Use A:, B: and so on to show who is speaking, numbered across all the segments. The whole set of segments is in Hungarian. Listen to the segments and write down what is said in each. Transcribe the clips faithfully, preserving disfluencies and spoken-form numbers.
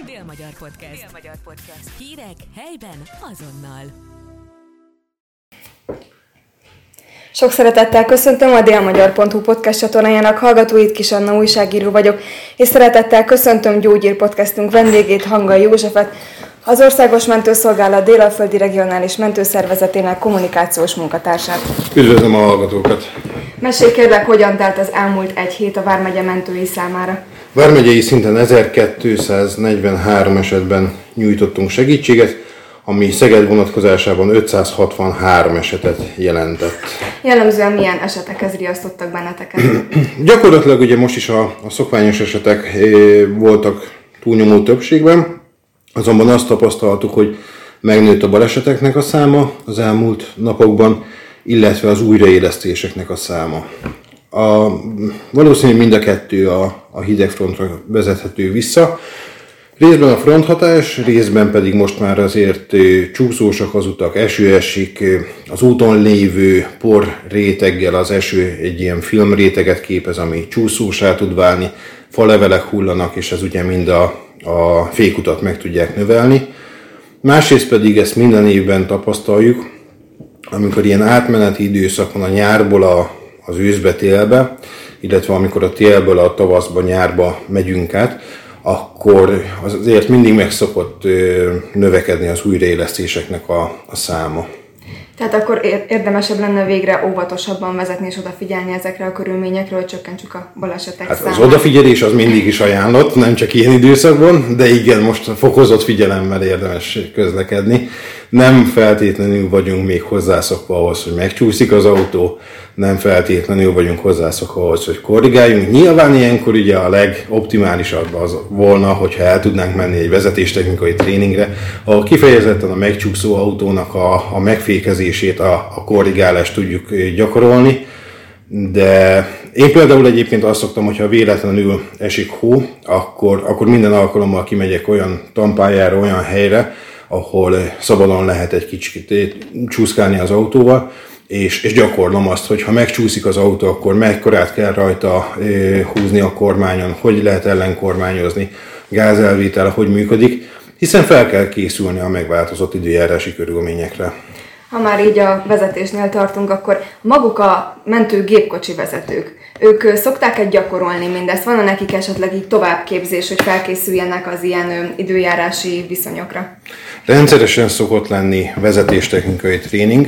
A: Dél-Magyar Podcast.
B: Dél-Magyar Podcast.
A: Hírek helyben azonnal.
C: Sok szeretettel köszöntöm a dél-magyar pont hu podcast csatornájának hallgatóit, Kis Anna újságíró vagyok, és szeretettel köszöntöm Gyógyír podcastünk vendégét, Hangai Józsefet, az Országos Mentőszolgálat Dél-Alföldi Regionális Mentőszervezetének kommunikációs munkatársát.
D: Üdvözlöm a hallgatókat!
C: Mesélj kérlek, hogyan telt az elmúlt egy hét a Vármegye mentői számára?
D: Vármegyei szinten ezerkétszáznegyvenhárom esetben nyújtottunk segítséget, ami Szeged vonatkozásában ötszázhatvanhárom esetet jelentett.
C: Jellemzően milyen esetekhez riasztottak benneteket?
D: Gyakorlatilag ugye most is a, a szokványos esetek e, voltak túlnyomó többségben, azonban azt tapasztaltuk, hogy megnőtt a baleseteknek a száma az elmúlt napokban, illetve az újraélesztéseknek a száma. A, valószínűleg mind a kettő a, a hidegfrontra vezethető vissza. Részben a fronthatás, részben pedig most már azért csúszósak az utak, eső esik, az úton lévő por réteggel az eső egy ilyen filmréteget képez, ami csúszósá tud válni, falevelek hullanak, és ez ugye mind a, a fékutat meg tudják növelni. Másrészt pedig ezt minden évben tapasztaljuk, amikor ilyen átmeneti időszak van a nyárból a, az őszbe, télbe, illetve amikor a télből a tavaszba, nyárba megyünk át, akkor azért mindig meg szokott növekedni az újraélesztéseknek a, a száma.
C: Tehát akkor érdemesebb lenne végre óvatosabban vezetni és odafigyelni ezekre a körülményekre, hogy csökkentsük a balesetek
D: hát
C: számát.
D: Az odafigyelés az mindig is ajánlott, nem csak ilyen időszakban, de igen, most fokozott figyelemmel érdemes közlekedni. Nem feltétlenül vagyunk még hozzászokva ahhoz, hogy megcsúszik az autó, nem feltétlenül vagyunk hozzászokva ahhoz, hogy korrigáljunk. Nyilván ilyenkor ugye a legoptimálisabb az volna, hogyha el tudnánk menni egy vezetéstechnikai tréningre, ahol kifejezetten a megcsúszó autónak a, a megfékezését, a, a korrigálást tudjuk gyakorolni. De én például egyébként azt szoktam, hogyha véletlenül esik hó, akkor, akkor minden alkalommal kimegyek olyan tampájára, olyan helyre, ahol szabadon lehet egy kicsit csúszkálni az autóval, és, és gyakorlom azt, hogy ha megcsúszik az autó, akkor mekkorát kell rajta e, húzni a kormányon, hogy lehet ellenkormányozni, gázelvétel, hogy működik, hiszen fel kell készülni a megváltozott időjárási körülményekre.
C: Ha már így a vezetésnél tartunk, akkor maguk a mentőgépkocsi vezetők, ők szokták-e gyakorolni mindezt? Van-e nekik esetleg így továbbképzés, hogy felkészüljenek az ilyen időjárási viszonyokra?
D: Rendszeresen szokott lenni vezetéstechnikai tréning.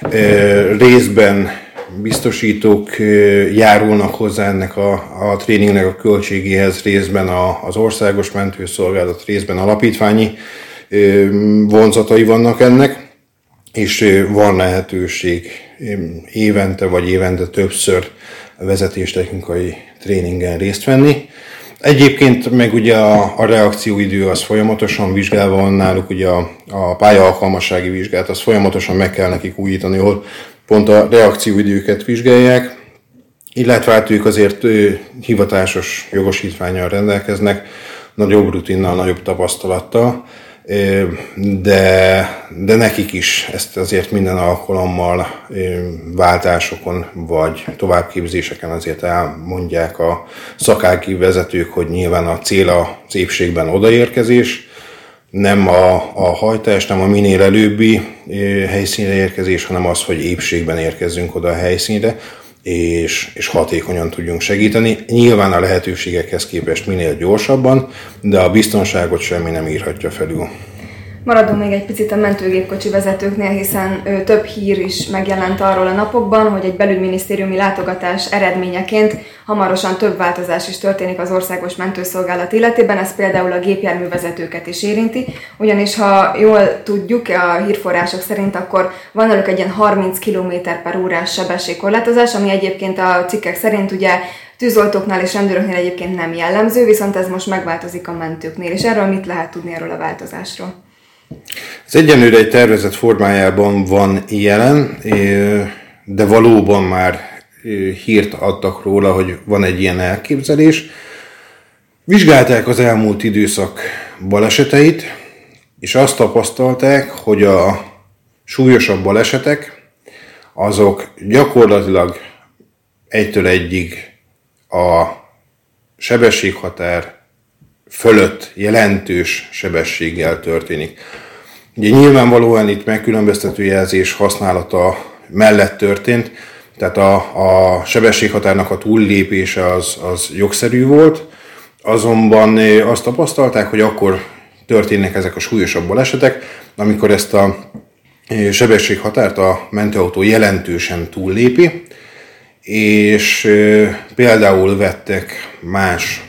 D: Részben biztosítók járulnak hozzá ennek a, a tréningnek a költségéhez, részben a, az Országos Mentőszolgálat, részben alapítványi vonzatai vannak ennek, és van lehetőség évente vagy évente többször vezetéstechnikai tréningen részt venni. Egyébként meg ugye a, a reakcióidő az folyamatosan vizsgálva van náluk, ugye a, a pályaalkalmassági vizsgát az folyamatosan meg kell nekik újítani, ahol pont a reakcióidőket vizsgálják, illetve hát ők azért ő, hivatásos jogosítvánnyal rendelkeznek, nagyobb rutinnal, nagyobb tapasztalattal, De, de nekik is ezt azért minden alkalommal váltásokon vagy továbbképzéseken azért elmondják a szakági vezetők, hogy nyilván a cél az épségben odaérkezés, nem a, a hajtás, nem a minél előbbi helyszínre érkezés, hanem az, hogy épségben érkezzünk oda a helyszínre, és, és hatékonyan tudjunk segíteni. Nyilván a lehetőségekhez képest minél gyorsabban, de a biztonságot semmi nem írhatja felül.
C: Maradunk még egy picit a mentőgépkocsi vezetőknél, hiszen ő, több hír is megjelent arról a napokban, hogy egy belügyminisztériumi látogatás eredményeként hamarosan több változás is történik az Országos Mentőszolgálat életében, ez például a gépjárművezetőket is érinti, ugyanis ha jól tudjuk, a hírforrások szerint, akkor van náluk egy ilyen harminc kilométer per órás sebességkorlátozás, ami egyébként a cikkek szerint ugye tűzoltóknál és rendőröknél egyébként nem jellemző, viszont ez most megváltozik a mentőknél, és erről mit lehet tudni erről a változásról?
D: Ez egyenlőre egy tervezett formájában van jelen, de valóban már hírt adtak róla, hogy van egy ilyen elképzelés. Vizsgálták az elmúlt időszak baleseteit, és azt tapasztalták, hogy a súlyosabb balesetek azok gyakorlatilag egytől egyig a sebességhatár fölött jelentős sebességgel történik. Ugye nyilvánvalóan itt megkülönböztető jelzés használata mellett történt, tehát a, a sebességhatárnak a túllépése az, az jogszerű volt, azonban azt tapasztalták, hogy akkor történnek ezek a súlyosabb balesetek, amikor ezt a sebességhatárt a mentőautó jelentősen túllépi, és például vettek más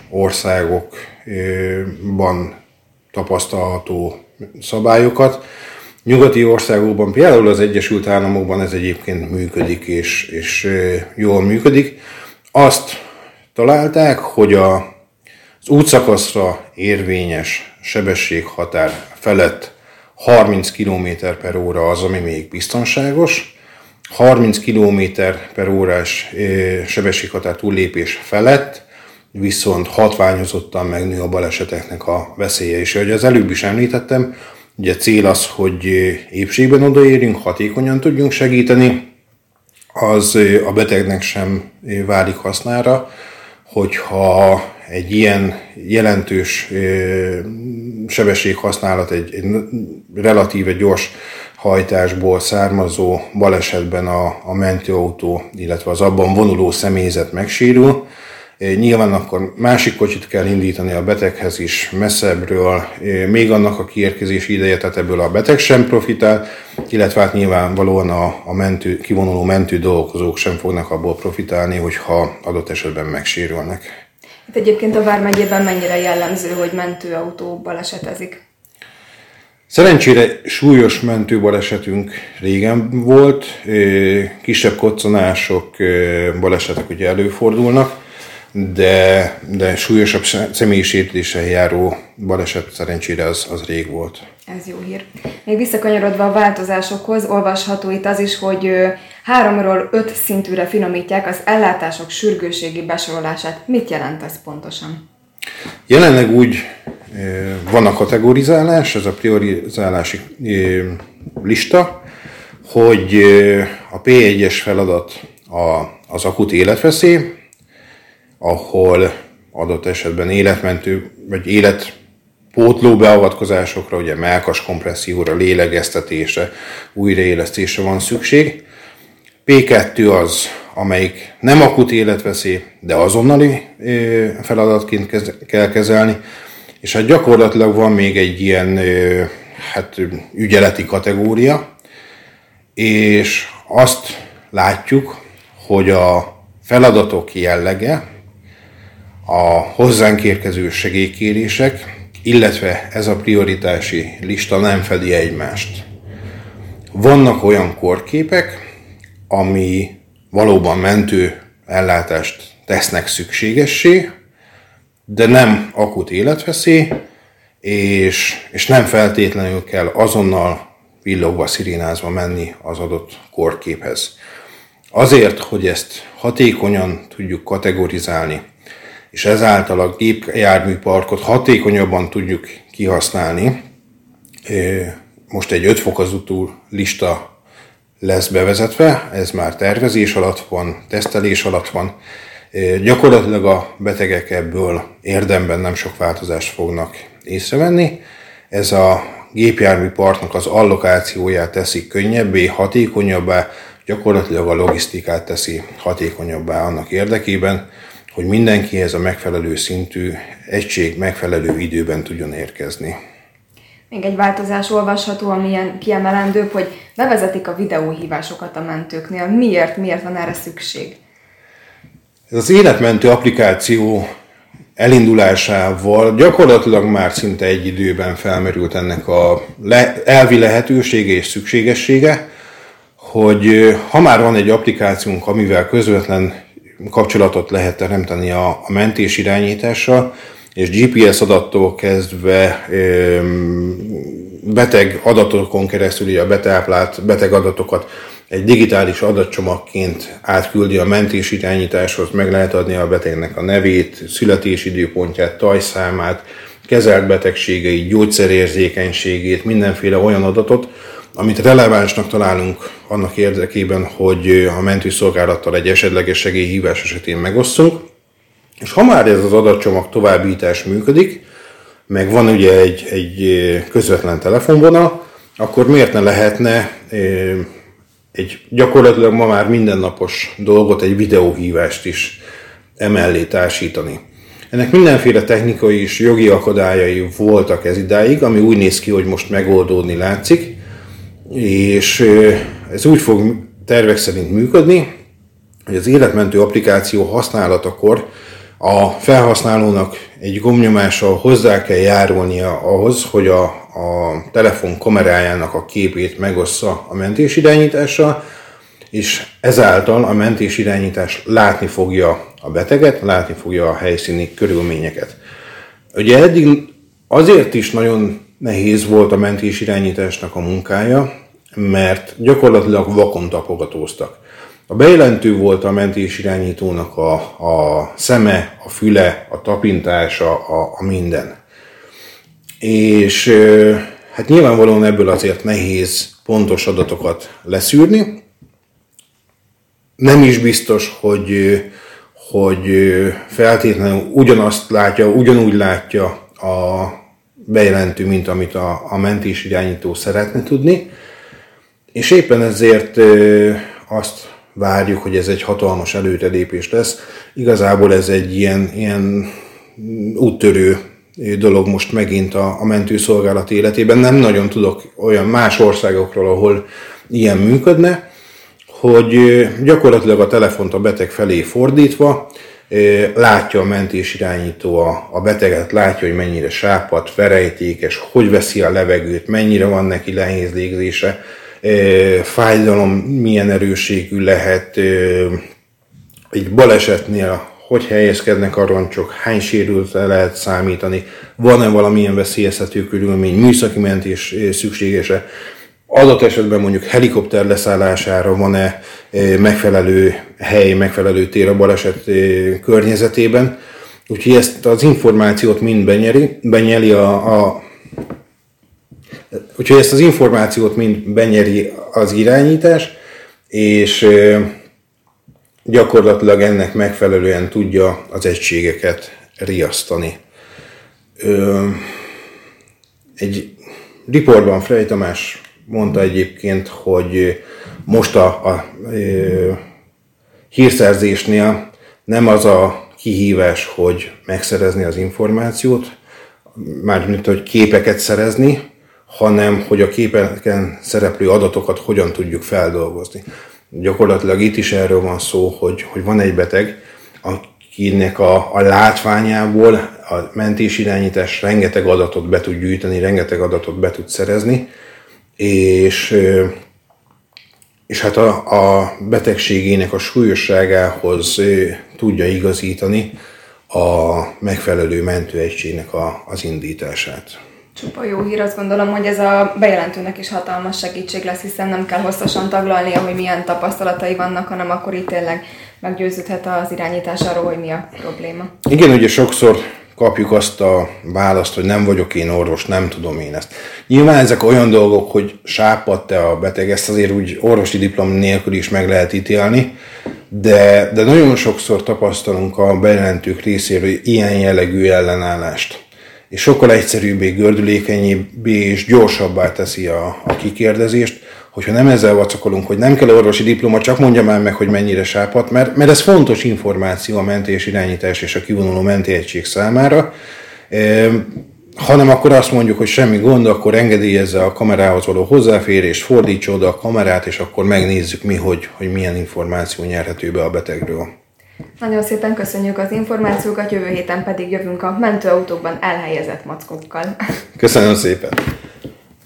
D: országokban tapasztalható szabályokat. Nyugati országokban, például az Egyesült Államokban ez egyébként működik, és, és jól működik. Azt találták, hogy a, az útszakaszra érvényes sebességhatár felett harminc kilométer per óra az, ami még biztonságos, harminc kilométer per órás sebességhatár túllépés felett viszont hatványozottan megnő a baleseteknek a veszélye. És ahogy az előbb is említettem, ugye cél az, hogy épségben odaérjünk, hatékonyan tudjunk segíteni, az a betegnek sem válik hasznára, hogyha egy ilyen jelentős sebességhasználat, egy, egy relatíve gyors hajtásból származó balesetben a, a mentőautó, illetve az abban vonuló személyzet megsérül. Nyilván akkor másik kocsit kell indítani a beteghez is messzebbről, még annak a kiérkezési ideje, tehát ebből a beteg sem profitál, illetve hát nyilvánvalóan a, a mentő, kivonuló mentő dolgozók sem fognak abból profitálni, hogyha adott esetben megsérülnek.
C: Itt egyébként a Vármegyében mennyire jellemző, hogy mentőautó balesetezik?
D: Szerencsére súlyos mentőbalesetünk régen volt, kisebb koccanások, balesetek ugye előfordulnak, de, de súlyosabb személyisértéssel járó baleset szerencsére az, az rég volt.
C: Ez jó hír. Még visszakanyarodva a változásokhoz, olvasható itt az is, hogy háromról öt szintűre finomítják az ellátások sürgősségi besorolását. Mit jelent ez pontosan?
D: Jelenleg úgy van a kategorizálás, ez a priorizálási lista, hogy a pé egyes feladat az akut életveszély, ahol adott esetben életmentő vagy életpótló beavatkozásokra, ugye mellkas kompresszióra, lélegeztetésre, újraélesztésre van szükség. pé kettő az, amelyik nem akut életveszély, de azonnali feladatként kell kezelni, és hát gyakorlatilag van még egy ilyen hát, ügyeleti kategória, és azt látjuk, hogy a feladatok jellege, a hozzánk érkező segélykérések, illetve ez a prioritási lista nem fedi egymást. Vannak olyan kórképek, ami valóban mentő ellátást tesznek szükségessé, de nem akut életveszély, és, és nem feltétlenül kell azonnal villogva, szirénázva menni az adott kórképhez. Azért, hogy ezt hatékonyan tudjuk kategorizálni, és ezáltal a gépjárműparkot hatékonyabban tudjuk kihasználni, most egy öt fokozatú lista lesz bevezetve, ez már tervezés alatt van, tesztelés alatt van. Gyakorlatilag a betegek ebből érdemben nem sok változást fognak észrevenni. Ez a gépjárműparknak az allokációját teszi könnyebbé, hatékonyabbá, gyakorlatilag a logisztikát teszi hatékonyabbá annak érdekében, hogy mindenkihez a megfelelő szintű egység megfelelő időben tudjon érkezni.
C: Még egy változás olvasható, ami ilyen kiemelendőbb, hogy bevezetik a videóhívásokat a mentőknél. Miért? Miért van erre szükség?
D: Ez az életmentő applikáció elindulásával gyakorlatilag már szinte egy időben felmerült ennek a le- elvi lehetősége és szükségessége, hogy ha már van egy applikációnk, amivel közvetlen kapcsolatot lehet teremteni a, a mentés irányítással, és gé pé es adattól kezdve ö, beteg adatokon keresztül, ugye a betáplált beteg adatokat egy digitális adatcsomagként átküldi a mentés irányításhoz, meg lehet adni a betegnek a nevét, születési időpontját, tajszámát, kezelt betegségeit, gyógyszerérzékenységét, mindenféle olyan adatot, amit relevánsnak találunk annak érdekében, hogy a mentőszolgálattal egy esetleges segélyhívás esetén megosszunk. És ha már ez az adatcsomag továbbítás működik, meg van ugye egy, egy közvetlen telefonvonal, akkor miért ne lehetne egy gyakorlatilag ma már mindennapos dolgot, egy videóhívást is emellé társítani. Ennek mindenféle technikai és jogi akadályai voltak ez idáig, ami úgy néz ki, hogy most megoldódni látszik, és ez úgy fog tervek szerint működni, hogy az életmentő applikáció használatakor a felhasználónak egy gombnyomással hozzá kell járulnia ahhoz, hogy a, a telefon kamerájának a képét megossza a mentésirányítással, és ezáltal a mentésirányítás látni fogja a beteget, látni fogja a helyszíni körülményeket. Ugye eddig azért is nagyon nehéz volt a mentésirányításnak a munkája, mert gyakorlatilag vakon tapogatóztak. A bejelentő volt a mentésirányítónak a, a szeme, a füle, a tapintása, a, a minden. És hát nyilvánvalóan ebből azért nehéz pontos adatokat leszűrni. Nem is biztos, hogy, hogy feltétlenül ugyanazt látja, ugyanúgy látja a bejelentő, mint amit a, a mentésirányító szeretne tudni. És éppen ezért azt várjuk, hogy ez egy hatalmas előrelépés lesz. Igazából ez egy ilyen, ilyen úttörő dolog most megint a, a mentőszolgálat életében. Nem nagyon tudok olyan más országokról, ahol ilyen működne, hogy gyakorlatilag a telefont a beteg felé fordítva látja a mentésirányító a, a beteget, látja, hogy mennyire sápadt, verejtékes, hogy veszi a levegőt, mennyire van neki nehéz légzése, fájdalom milyen erőségű lehet, egy balesetnél hogy helyezkednek a roncsok, hány sérültre lehet számítani, van-e valamilyen veszélyeztető körülmény, műszaki mentés szükséges-e, adott esetben mondjuk helikopter leszállására van-e megfelelő hely, megfelelő tér a baleset környezetében. Úgyhogy ezt az információt mind benyeri, benyeli a, a Úgyhogy ezt az információt mind benyeri az irányítás, és gyakorlatilag ennek megfelelően tudja az egységeket riasztani. Egy riportban Frey Tamás mondta egyébként, hogy most a, a, a hírszerzésnél nem az a kihívás, hogy megszerezni az információt, mármint hogy képeket szerezni, hanem hogy a képeken szereplő adatokat hogyan tudjuk feldolgozni. Gyakorlatilag itt is erről van szó, hogy, hogy van egy beteg, akinek a, a látványából a mentésirányítás rengeteg adatot be tud gyűjteni, rengeteg adatot be tud szerezni, és, és hát a, a betegségének a súlyosságához tudja igazítani a megfelelő mentőegységnek a, az indítását.
C: Csupa jó hír, azt gondolom, hogy ez a bejelentőnek is hatalmas segítség lesz, hiszen nem kell hosszasan taglalnia, hogy milyen tapasztalatai vannak, hanem akkor itt tényleg meggyőződhet az irányítás arról, hogy mi a probléma.
D: Igen, ugye sokszor kapjuk azt a választ, hogy nem vagyok én orvos, nem tudom én ezt. Nyilván ezek olyan dolgok, hogy sápadt-e a beteg, ezt azért úgy orvosi diplom nélkül is meg lehet ítélni, de, de nagyon sokszor tapasztalunk a bejelentők részéről ilyen jellegű ellenállást. És sokkal egyszerűbbé, gördülékenyebbé és gyorsabbá teszi a, a kikérdezést, hogyha nem ezzel vacakolunk, hogy nem kell orvosi diploma, csak mondja már meg, hogy mennyire sápadt, mert, mert ez fontos információ a mentésirányítás és a kivonuló mentőegység számára, e, hanem akkor azt mondjuk, hogy semmi gond, akkor engedélyezze a kamerához való hozzáférést, fordítsa oda a kamerát, és akkor megnézzük mi, hogy, hogy milyen információ nyerhető be a betegről.
C: Nagyon szépen köszönjük az információkat, jövő héten pedig jövünk a mentőautókban elhelyezett mackókkal.
D: Köszönöm szépen!